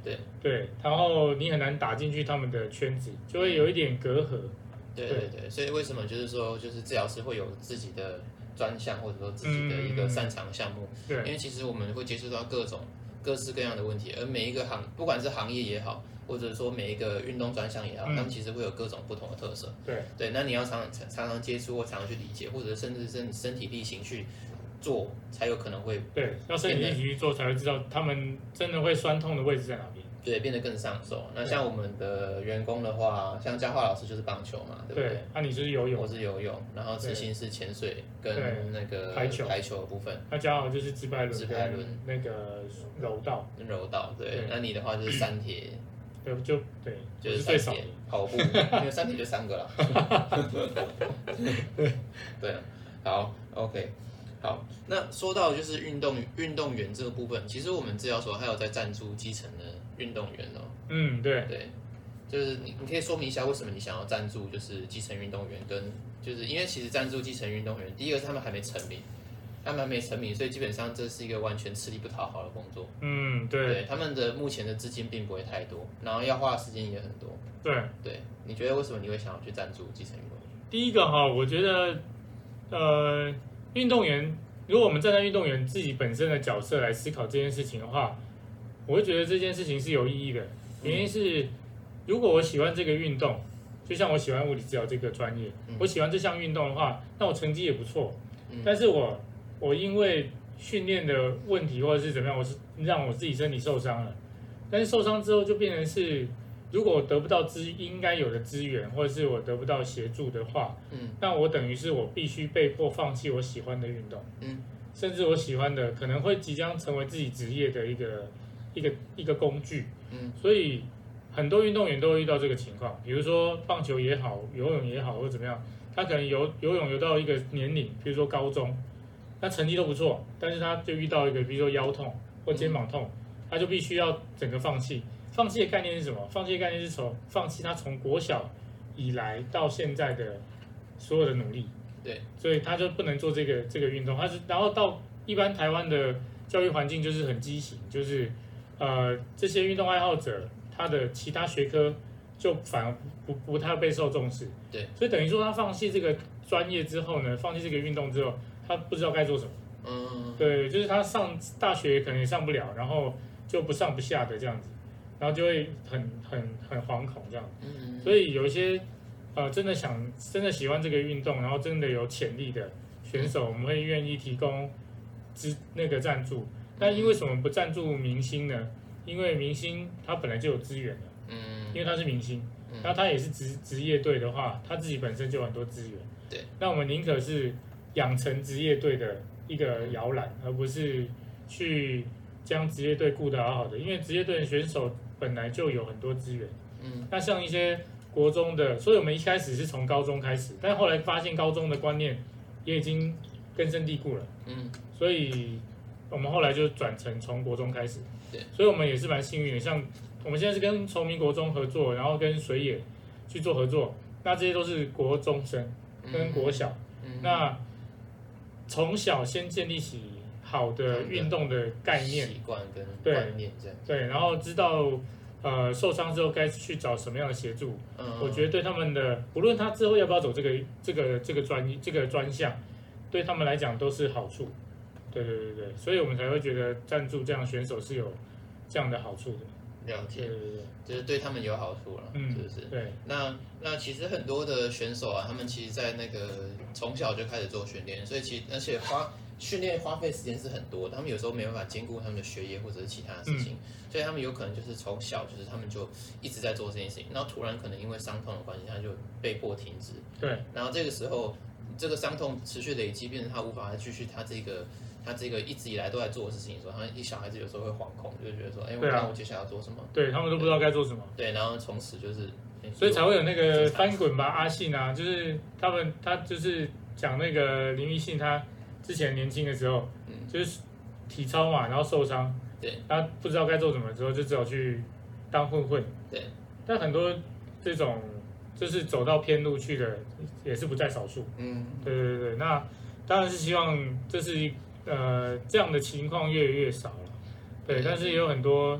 对，然后你很难打进去他们的圈子，就会有一点隔阂。 对，所以为什么就是说，就是治疗师会有自己的专项，或者说自己的一个擅长项目？ 对， 因为其实我们会接触到各式各样的问题，而每一个不管是行业也好，或者说每一个运动专项也好，他们其实会有各种不同的特色。对，那你要常常接触或常常去理解，或者甚至是你身体力行去做，才有可能会要身体力行去做，才会知道他们真的会酸痛的位置在哪边。 对，变得更上手。那像我们的员工的话，像嘉桦老师就是棒球嘛，对不对？ 那你是游泳， 我是游泳，然后执行是潜水跟那个排球的部分。 那嘉豪就是直排轮，那个柔道， 对。那你的话就是三铁，就是最少跑步，因为三铁就3个了。对，好 ，OK。好，那说到就是运动员这个部分，其实我们治疗所还有在赞助基层的运动员哦。 对， 就是你可以说明一下为什么你想要赞助就是基层运动员，跟就是因为其实赞助基层运动员，第一个是他们还没成名，所以基本上这是一个完全吃力不讨好的工作。 对， 他们的目前的资金并不会太多，然后要花的时间也很多。对，你觉得为什么你会想要去赞助基层运动员？ 第一个我觉得运动员，如果我们站在运动员自己本身的角色来思考这件事情的话，我会觉得这件事情是有意义的。原因是，如果我喜欢这个运动，就像我喜欢物理治疗这个专业，我喜欢这项运动的话，那我成绩也不错。但是我因为训练的问题或者是怎么样，我是让我自己身体受伤了。但是受伤之后就变成是，如果我得不到应该有的资源，或者是我得不到协助的话，那我等于是我必须被迫放弃我喜欢的运动，甚至我喜欢的可能会即将成为自己职业的一个工具，所以很多运动员都会遇到这个情况，比如说棒球也好，游泳也好，或者怎么样，他可能游泳游到一个年龄，比如说高中，那成绩都不错，但是他就遇到一个比如说腰痛或肩膀痛，他就必须要整个放弃。放弃的概念是什么？放弃的概念是放弃他从国小以来到现在的所有的努力。 对， 所以他就不能做这个运动。然后到一般台湾的教育环境就是很畸形，就是这些运动爱好者他的其他学科就反而不太被受重视。 对， 所以等于说他放弃这个专业之后呢，放弃这个运动之后，他不知道该做什么。对，就是他上大学可能也上不了，然后就不上不下的这样子。然后就会很惶恐这样，所以有一些真的喜欢这个运动，然后真的有潜力的选手，我们会愿意提供那个赞助。但因为什么不赞助明星呢？因为明星他本来就有资源了，因为他是明星，那他也是职业队的话，他自己本身就有很多资源。 对， 那我们宁可是养成职业队的一个摇篮，而不是去将职业队顾得好好的，因为职业队的选手本来就有很多资源，那像一些国中的，所以我们一开始是从高中开始，但后来发现高中的观念也已经根深蒂固了，所以我们后来就转成从国中开始， 对， 所以我们也是蛮幸运的，像我们现在是跟崇明国中合作，然后跟水野去做合作，那这些都是国中生跟国小，那从小先建立起好的运动的概念、 习惯跟观念这样。 对，然后知道受伤之后该去找什么样的协助。我觉得对他们的，无论他之后要不要走这个专项，对他们来讲都是好处。对，所以我们才会觉得赞助这样选手是有这样的好处的。 了解， 对， 就是对他们有好处了，是不是？ 对。 那其实很多的选手啊，他们其实在那个从小就开始做训练，所以而且训练花费时间是很多的，他们有时候没办法兼顾他们的学业或者是其他的事情，所以他们有可能就是从小就是他们就一直在做这件事情，然后突然可能因为伤痛的关系，他就被迫停止。 对。然后这个时候，这个伤痛持续累积，变成他无法再继续他这个一直以来都在做的事情的时候，小孩子有时候会惶恐，就觉得说，我接下来要做什么？ 对，他们都不知道该做什么。 对，然后从此就是， 所以才会有那个翻滚吧阿信啊，就是他就是讲那个林奕信，他之前年轻的时候，就是体操嘛，然后受伤， 对， 他不知道该做什么之后，就只好去当混混。 对， 但很多这种就是走到偏路去的，也是不在少数。对，那当然是希望这是这样的情况越来越少了。对，但是也有很多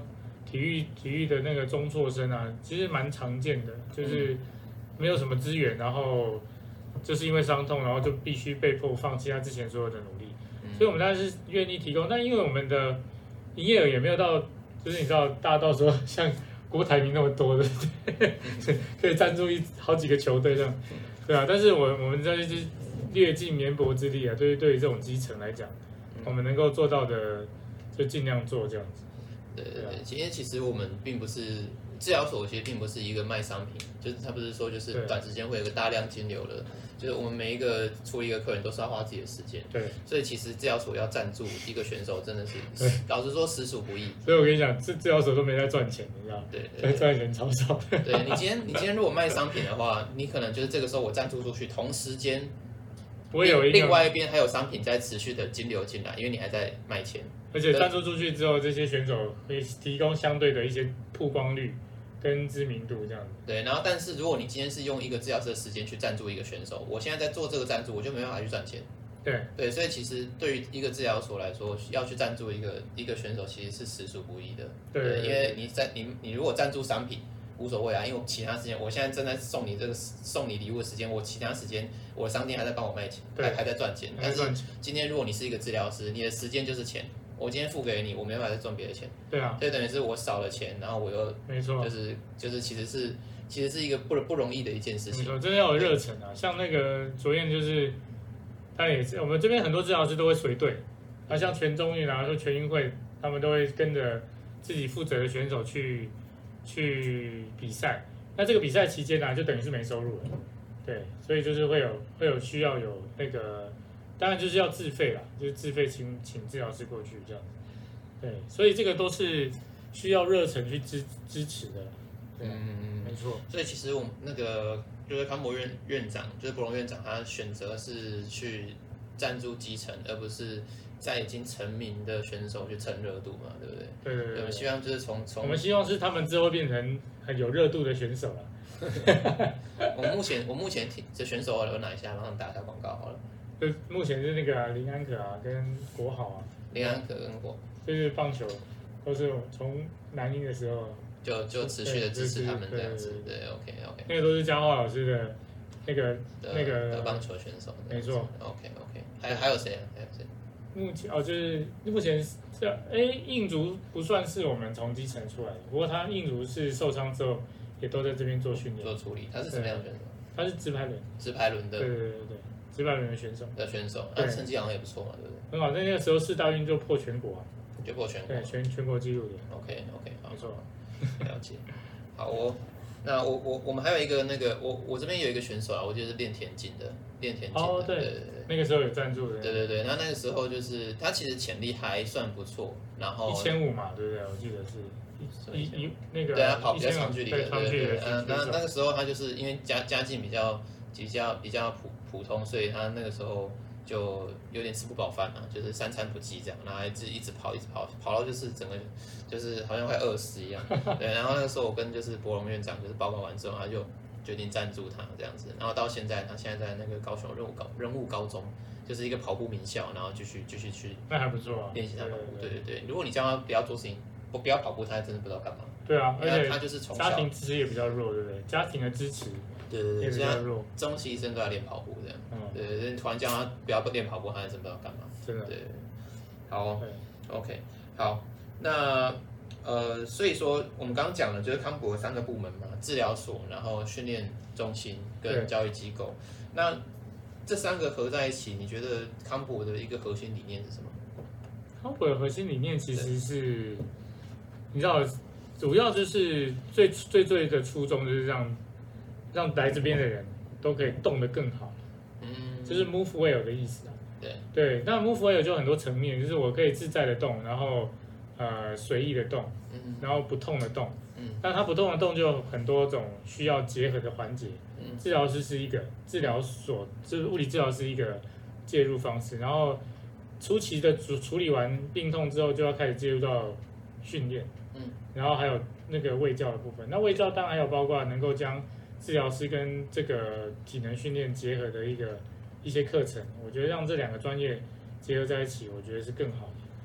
体育的那个中辍生啊，其实蛮常见的，就是没有什么资源，然后就是因为伤痛，然后就必须被迫放弃他之前所有的努力。所以我们当然是愿意提供，但因为我们的营业额也没有到，就是你知道大到说像郭台铭那么多的，可以赞助好几个球队这样，对啊。但是我们这是略尽绵薄之力啊，对于这种基层来讲，我们能够做到的就尽量做这样子。 对，今天其实我们并不是治疗所，其实并不是一个卖商品，就是他不是说就是短时间会有个大量金流的，就是我们每一个处理一个客人都是要花自己的时间。 对， 所以其实治疗所要赞助一个选手，真的是老实说实属不易。 所以我跟你讲，治疗所都没在赚钱，你知道吗？ 对， 赚钱超少。 对你今天如果卖商品的话，你可能就是这个时候我赞助出去，同时间我有另外一边还有商品在持续的金流进来，因为你还在卖钱。 而且赞助出去之后，这些选手会提供相对的一些曝光率跟知名度这样子。 对，然后但是如果你今天是用一个治疗师的时间去赞助一个选手，我现在在做这个赞助，我就没办法去赚钱。对，所以其实对于一个治疗所来说，要去赞助一个选手，其实是实属不易的。对，因为你如果赞助商品无所谓啊，因为其他时间，我现在正在送你礼物的时间，我其他时间我的商店还在帮我卖钱，还在赚钱。但是今天如果你是一个治疗师，你的时间就是钱。我今天付给你，我没办法再赚别的钱。对啊，所以等于是我少了钱，然后我又没错， 就是其实是一个不容易的一件事情。 没错，真的要有热忱啊！像那个昨天就是，他也是我们这边很多治疗师都会随队，啊，像全中运啊，或全运会，他们都会跟着自己负责的选手去比赛。那这个比赛期间呢，就等于是没收入了。对，所以就是会有需要有那个。当然就是要自费啦，就是自费请治疗师过去这样子，对，所以这个都是需要热忱去支持的，对，没错。 所以其实我们那个就是康博院长，就是博龙院长，他选择是去赞助基层，而不是在已经成名的选手去蹭热度嘛，对不对？ 对。 我们希望就是从我们希望是他们之后会变成很有热度的选手啦。 我目前这选手有哪一下，帮他们打一下广告好了。 就目前是那个林安可啊，跟国豪啊， 林安可跟国， 就是棒球都是从南英的时候就持续的支持他们这样子，对 ，OK， 那个都是嘉华老师的那个棒球选手， 没错 ，OK， 还有谁啊？ 目前就是目前印竹不算是我们从基层出来的，不过他印竹是受伤之后也都在这边做训练做处理，他是什么样的选手？ 他是直排轮的，对。直排轮的选手， 那成绩好像也不错嘛，对不对？ 很好，那个时候世大运就破全国啊， 就破全国， 对，全国纪录的。 OK， 没错， 了解。好那我们还有一个那个我这边有一个选手啊，我觉得是练田径的， 哦，对，那个时候有赞助的， 对，那个时候就是他其实潜力还算不错，然后 1500嘛，对不对？我记得是那个对他跑比较长距离的， 对， 那个时候他就是因为家境比较普通，所以他那个时候就有点吃不饱饭嘛，就是3餐不继这样，然后一直跑到就是整个就是好像快饿死一样。对，然后那个时候我跟就是博龙院长就是报告完之后，他就决定赞助他这样子，然后到现在他现在在那个高雄人物高中，就是一个跑步名校，然后继续去那还不错啊， 练习他跑步。对，如果你叫他不要做事情，不要跑步，他还真的不知道干嘛。 对啊，而且他就是从小家庭支持也比较弱，对不对？家庭的支持。 对，现在终其一生都在练跑步这样。对，突然叫他不要练跑步，他还真不知道干嘛。 真的。 对，好 ，OK， 好，那所以说我们刚刚讲的就是康博3个部门嘛，治疗所，然后训练中心跟教育机构。那这3个合在一起，你觉得康博的一个核心理念是什么？ 康博的核心理念其实是，你知道，主要就是最的初衷就是让来这边的人都可以动得更好，就是 move well 的意思啊。对，那 move well 就很多层面，就是我可以自在的动，然后随意的动，然后不痛的动。那它不动的动就有很多种需要结合的环节。治疗师是一个，治疗所就是物理治疗是一个介入方式，然后初期的处理完病痛之后，就要开始介入到训练，然后还有那个卫教的部分。那卫教当然还有包括能够将治疗师跟这个体能训练结合的一些课程，我觉得让这2个专业结合在一起，我觉得是更好的。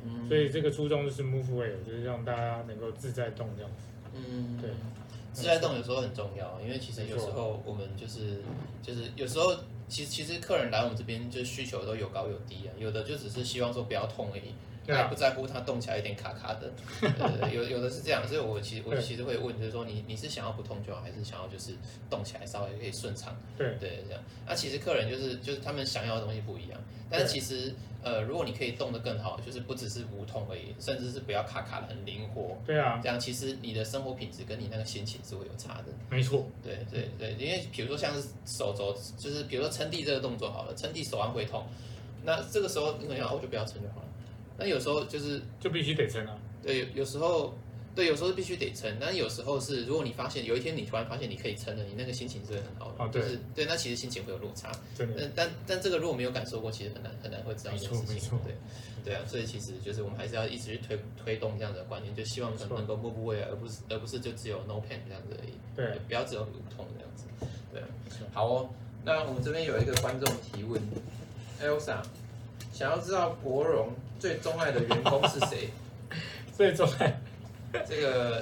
所以这个初衷就是 move away，就是让大家能够自在动这样子。对。 自在动有时候很重要，因为其实有时候我们就是有时候其实客人来我们这边就需求都有高有低啊，有的就只是希望说不要痛而已。他也不在乎他动起来有点卡卡的，有的是这样，所以我其实会问，就是说你是想要不痛就好，还是想要就是动起来稍微可以顺畅？对，这样。那其实客人就是他们想要的东西不一样，但是其实如果你可以动得更好，就是不只是无痛而已，甚至是不要卡卡的很灵活。 对啊， 这样其实你的生活品质跟你那个心情是会有差的。 没错。 对，因为比如说像是手肘，就是比如说撑地这个动作好了，撑地手腕会痛，那这个时候你可能我就不要撑就好了。那有时候就必须得撑啊。 对，有时候必须得撑，但有时候是如果你发现有一天你突然发现你可以撑了，你那个心情是会很好的。 哦， 就是对，那其实心情会有落差。 真的。 但这个如果没有感受过，其实很难会知道这件事情。 没错。 对啊，所以其实就是我们还是要一直去推动这样的观念，就希望能够 move away，而不是就只有 no pain 这样子而已。 对， 不要只有无痛这样子。对啊，好哦。那我们这边有一个观众提问 ，Elsa 想要知道博荣最钟爱的员工是谁？ 最钟爱这个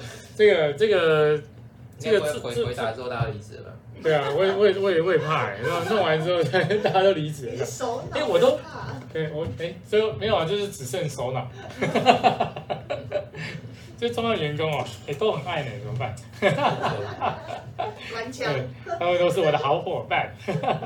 回答之后大家离职了。 对啊，我也怕然后弄完之后大家都离职了。我都对我所以没有啊，就是只剩首脑。最重要的员工哦，都很爱呢，怎么办？ 蛮强， 他们都是我的好伙伴。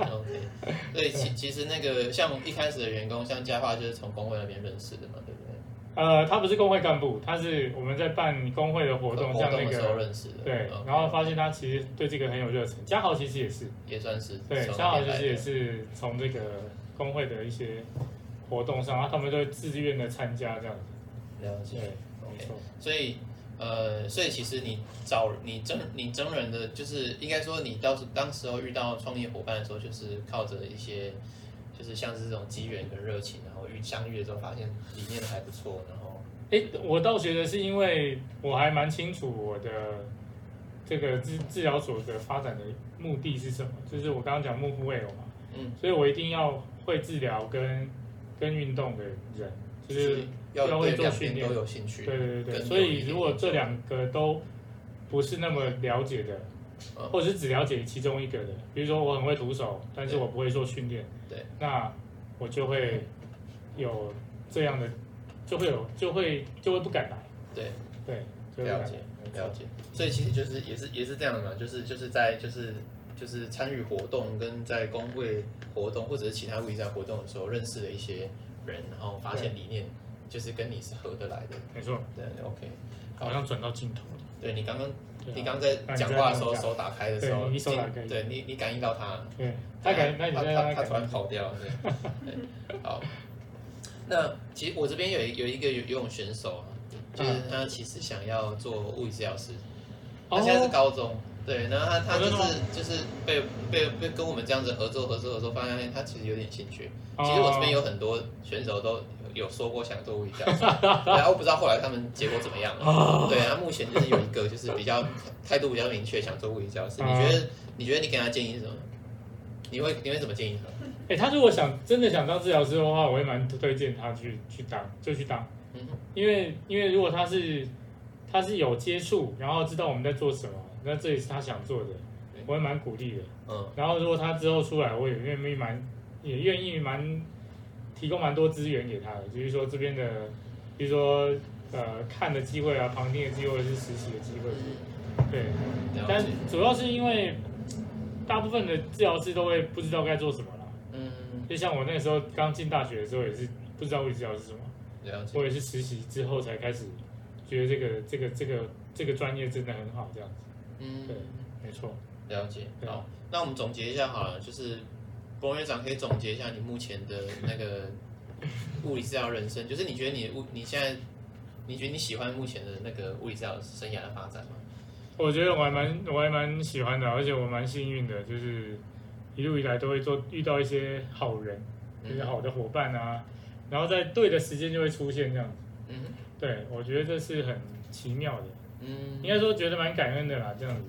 OK， 所以其实那个像一开始的员工，像嘉化就是从工会那边认识的嘛，对不对？ 他不是工会干部，他是我们在办工会的活动，像那个认识的。 对，然后发现他其实对这个很有热忱。嘉豪其实也算是。 对，嘉豪其实也是从这个工会的一些活动上，然后他们都会自愿的参加这样子。 了解。 没错。 所以其实你征人的，就是应该说你当时候遇到创业伙伴的时候，就是靠着一些，就是像是这种机缘跟热情，然后相遇的时候发现理念还不错，然后我倒觉得是因为我还蛮清楚我的这个治疗所的发展的目的是什么，就是我刚刚讲move away嘛，所以我一定要会治疗跟运动的人，就是要会做训练， 都有兴趣。 对，所以如果这两个都不是那么了解的，或者是只了解其中一个的，比如说我很会徒手，但是我不会做训练， 对， 那我就会有这样的，就会不敢来。 对， 了解。所以其实就是也是这样的嘛，就是在参与活动跟在工会活动或者是其他物理治疗活动的时候认识了一些人，然后发现理念就是跟你是合得来的。 没错。 对 ，OK。 好像转到镜头了。 对，你刚刚在讲话的时候手打开的时候， 你手打开， 对你感应到他， 对，他突然跑掉了，对。好，那其实我这边有一个游泳选手啊，就是他其实想要做物理治疗师，他现在是高中，对，然后他就是被跟我们这样子合作，发现他其实有点兴趣。其实我这边有很多选手都有说过想做物理治疗师，然后不知道后来他们结果怎么样了。对，他目前就是有一个就是态度比较明确，想做物理治疗师。你觉得你给他建议是什么？你会怎么建议他？ 他如果真的想当治疗师的话，我会蛮推荐他去当，因为如果他是有接触，然后知道我们在做什么，那这也是他想做的，我会蛮鼓励的。然后如果他之后出来，我也愿意提供蛮多资源给他的，就是说这边的，比如说看的机会啊，旁听的机会，是实习的机会，对。但主要是因为大部分的治疗师都会不知道该做什么啦。就像我那个时候刚进大学的时候，也是不知道物理治疗是什么。我也是实习之后才开始觉得这个专业真的很好，这样子。对，没错。 了解。好，那我们总结一下好了，就是博院长可以总结一下你目前的那个物理治疗人生，就是你觉得你现在，你觉得你喜欢目前的那个物理治疗生涯的发展吗？ 我觉得我还蛮喜欢的，而且我蛮幸运的，就是一路以来都会遇到一些好人，就是好的伙伴啊，然后在对的时间就会出现这样子。对，我觉得这是很奇妙的。应该说觉得蛮感恩的啦，这样子。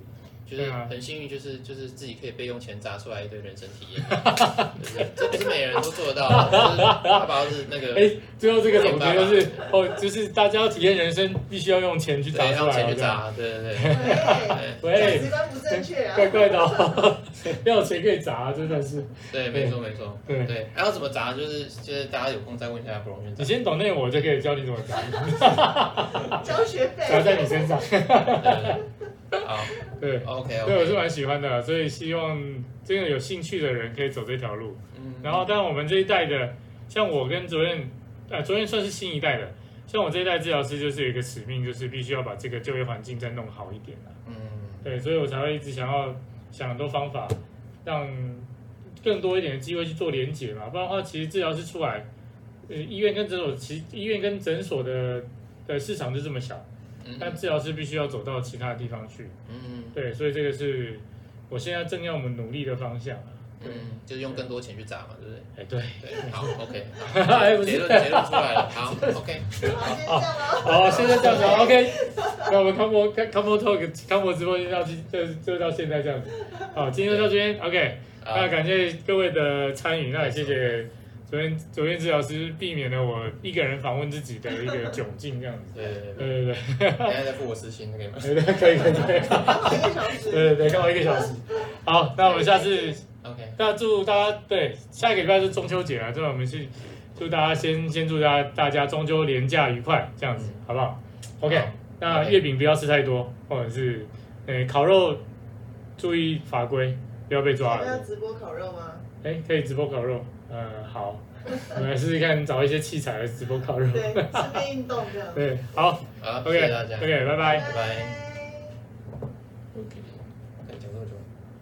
就是很幸运，就是自己可以备用钱砸出来一堆人生体验，对不对？这不是每人都做得到的，就是爸爸是那个。 最后这个总结就是就是大家要体验人生，必须要用钱去砸出来， 用钱去砸，对。 价值观不正确啊， 怪怪的哦，要有钱可以砸，真的是。 对，没错。对，还要怎么砸？就是大家有空再问一下不容院长。 你先抖内我就可以教你怎么砸， 交学费砸在你身上。 好， 对 ，OK， 对，我是蛮喜欢的，所以希望真的有兴趣的人可以走这条路。然后，但我们这一代的，像我跟昨天算是新一代的，像我这一代治疗师就是有一个使命，就是必须要把这个就业环境再弄好一点啦。对，所以我才会一直想很多方法，让更多一点的机会去做连结嘛，不然的话，其实治疗师出来，医院跟诊所的市场就这么小。但治疗师必须要走到其他的地方去，对，所以这个是我现在正要我们努力的方向。 就是用更多钱去砸嘛，对不对？ 对， 好 ，OK， 结论出来了，好 ，OK， 好，现在这样子 ，OK， 那我们康博 Talk 康博直播间就到现在这样子，好，今天就到这边 ，OK， 那感谢各位的参与，那也谢谢。昨天治疗师避免了我一个人访问自己的一个窘境，这样子。对。 等下再付我私薪，可以吗？ 可以。刚好1个小时。 对，刚好1个小时。好，那我们下次 OK。 那祝大家下一个礼拜是中秋节了，这我们是祝大家先祝大家中秋连假愉快，这样子好不好 ？OK， 那月饼不要吃太多，或者是烤肉注意法规，不要被抓了。 要直播烤肉吗？ 可以直播烤肉。好，我们来试试看找一些器材来直播烤肉。 对，顺便运动这样。 对，好 ，OK， OK，拜拜。 拜拜。